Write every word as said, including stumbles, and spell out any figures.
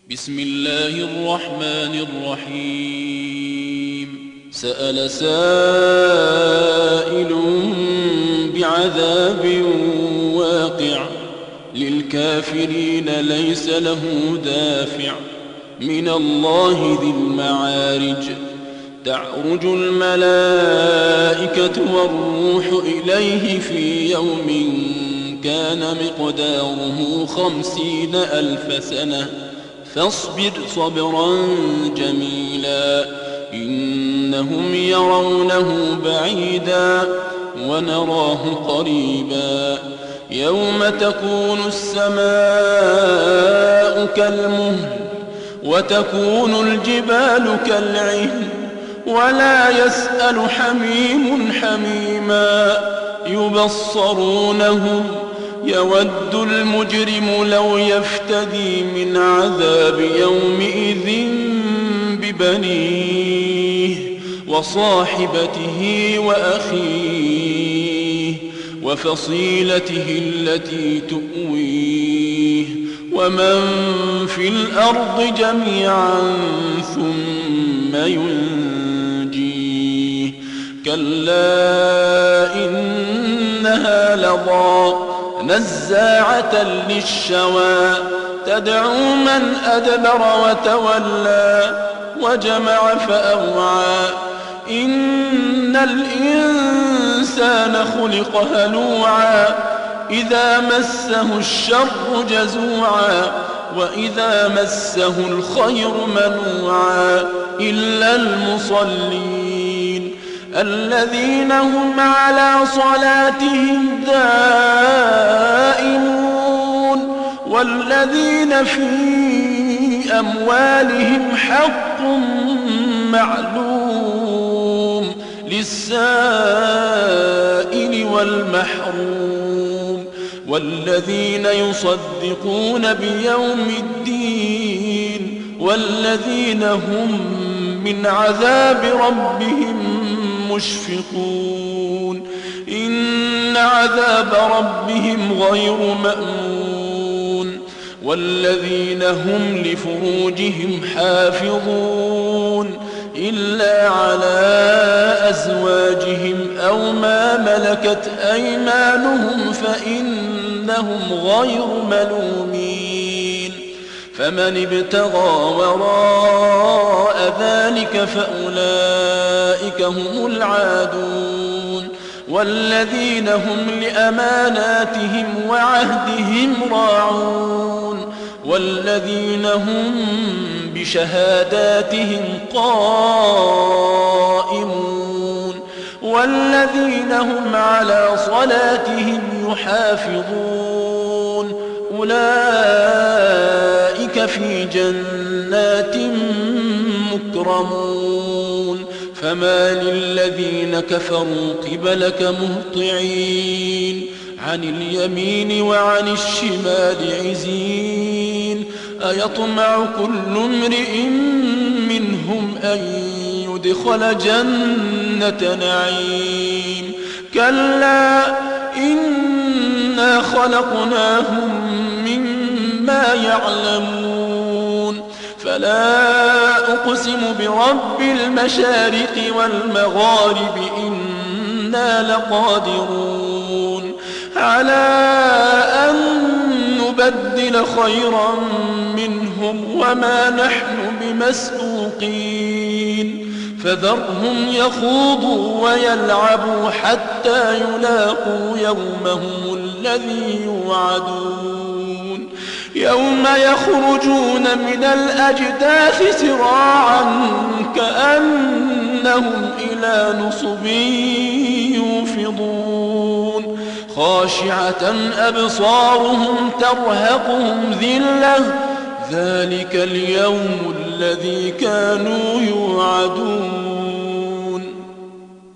بسم الله الرحمن الرحيم سأل سائل بعذاب واقع للكافرين ليس له دافع من الله ذي المعارج تعرج الملائكة والروح إليه في يوم كان مقداره خمسين ألف سنة فاصبر صبرا جميلا إنهم يرونه بعيدا ونراه قريبا يوم تكون السماء كالمهل وتكون الجبال كالعهن ولا يسأل حميم حميما يبصرونهم يود المجرم لو يفتدي من عذاب يومئذ ببنيه وصاحبته وأخيه وفصيلته التي تؤويه ومن في الأرض جميعا ثم ينجيه كلا إنها لظى نزاعة للشوى تدعو من أدبر وتولى وجمع فأوعى إن الإنسان خلق هلوعا إذا مسه الشر جزوعا وإذا مسه الخير منوعا إلا المصلين الذين هم على صلاتهم دائمون والذين في أموالهم حق معلوم للسائل والمحروم والذين يصدقون بيوم الدين والذين هم من عذاب ربهم مشفقون إن عذاب ربهم غير مأمون والذين هم لفروجهم حافظون إلا على أزواجهم أو ما ملكت أيمانهم فإنهم غير ملومين فمن ابتغى وراء ذلك فأولئك هم العادون والذين هم لأماناتهم وعهدهم راعون والذين هم بشهاداتهم قائمون والذين هم على صلاتهم يحافظون أولئك في جنات مكرمون فما للذين كفروا قبلك مهطعين عن اليمين وعن الشمال عزين أيطمع كل امرئ منهم أن يدخل جنة نعيم كلا إنا خلقناهم مما يعلمون فلا أقسم برب المشارق والمغارب إنا لقادرون على أن نبدل خيرا منهم وما نحن بمسبوقين فذرهم يخوضوا ويلعبوا حتى يلاقوا يومهم الذي يوعدون يوم يخرجون من الأجداث سراعا كأنهم إلى نصب يوفضون خاشعة أبصارهم ترهقهم ذلة ذلك اليوم الذي كانوا يوعدون